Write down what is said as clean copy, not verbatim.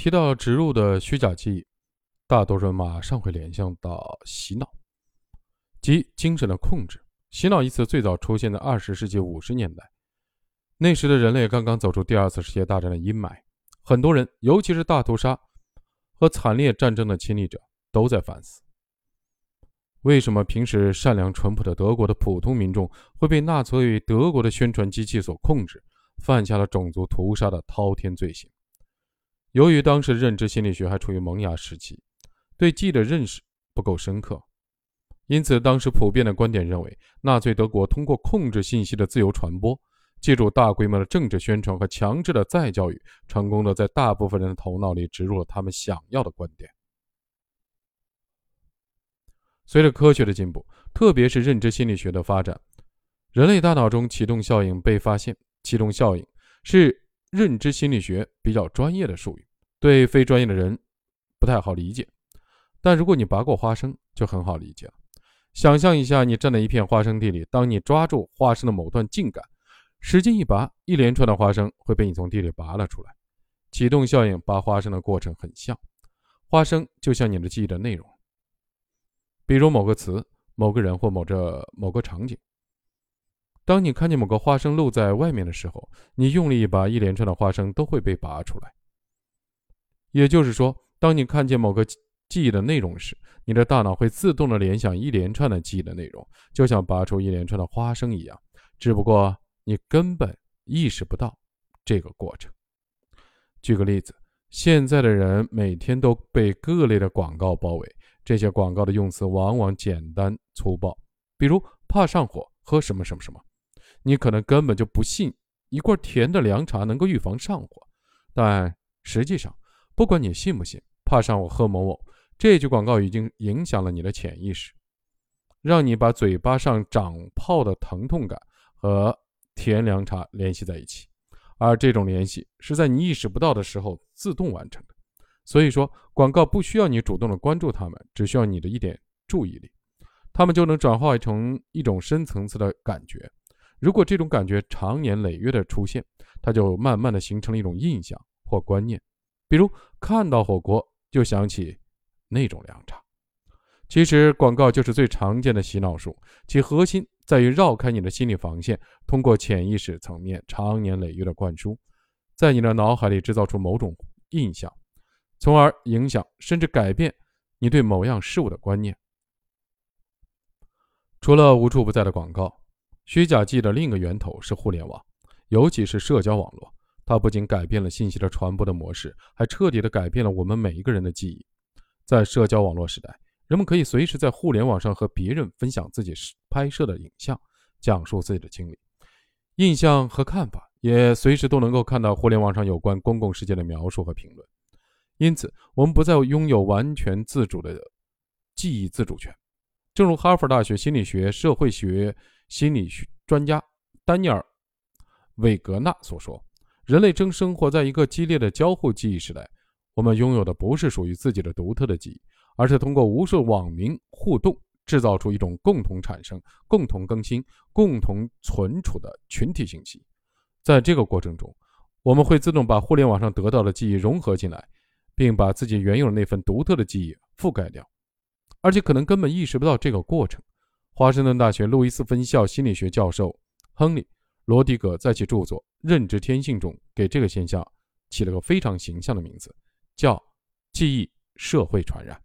提到植入的虚假记忆，大多数人马上会联想到洗脑，即精神的控制。洗脑一词最早出现在20世纪50年代，那时的人类刚刚走出第二次世界大战的阴霾，很多人，尤其是大屠杀和惨烈战争的亲历者，都在反思，为什么平时善良淳朴的德国的普通民众会被纳粹德国的宣传机器所控制，犯下了种族屠杀的滔天罪行。由于当时认知心理学还处于萌芽时期，对记忆的认识不够深刻，因此当时普遍的观点认为，纳粹德国通过控制信息的自由传播，借助大规模的政治宣传和强制的再教育，成功的在大部分人的头脑里植入了他们想要的观点。随着科学的进步，特别是认知心理学的发展，人类大脑中启动效应被发现。启动效应是认知心理学比较专业的术语，对非专业的人不太好理解，但如果你拔过花生就很好理解了。想象一下，你站在一片花生地里，当你抓住花生的某段茎秆，使劲一拔，一连串的花生会被你从地里拔了出来。启动效应拔花生的过程很像，花生就像你的记忆的内容，比如某个词、某个人或某个场景。当你看见某个花生露在外面的时候，你用力一拔，一连串的花生都会被拔出来。也就是说，当你看见某个记忆的内容时，你的大脑会自动的联想一连串的记忆的内容，就像拔出一连串的花生一样，只不过你根本意识不到这个过程。举个例子，现在的人每天都被各类的广告包围，这些广告的用词往往简单粗暴，比如怕上火，喝什么什么什么。你可能根本就不信一罐甜的凉茶能够预防上火，但实际上，不管你信不信，怕上火喝某某，这句广告已经影响了你的潜意识，让你把嘴巴上长泡的疼痛感和甜凉茶联系在一起，而这种联系是在你意识不到的时候自动完成的。所以说，广告不需要你主动的关注它们，只需要你的一点注意力，它们就能转化成一种深层次的感觉。如果这种感觉长年累月的出现，它就慢慢的形成了一种印象或观念，比如看到火锅就想起那种凉茶。其实广告就是最常见的洗脑术，其核心在于绕开你的心理防线，通过潜意识层面长年累月的灌输，在你的脑海里制造出某种印象，从而影响甚至改变你对某样事物的观念。除了无处不在的广告，虚假记忆的另一个源头是互联网，尤其是社交网络。它不仅改变了信息的传播的模式，还彻底地改变了我们每一个人的记忆。在社交网络时代，人们可以随时在互联网上和别人分享自己拍摄的影像，讲述自己的经历、印象和看法，也随时都能够看到互联网上有关公共事件的描述和评论。因此，我们不再拥有完全自主的记忆自主权。正如哈佛大学心理学社会学心理学专家丹尼尔·韦格纳所说，人类正生活在一个激烈的交互记忆时代。我们拥有的不是属于自己的独特的记忆，而是通过无数网民互动制造出一种共同产生、共同更新、共同存储的群体信息。在这个过程中，我们会自动把互联网上得到的记忆融合进来，并把自己原有的那份独特的记忆覆盖掉，而且可能根本意识不到这个过程。华盛顿大学路易斯分校心理学教授亨利·罗迪格在其著作《认知天性》中给这个现象起了个非常形象的名字，叫记忆社会传染。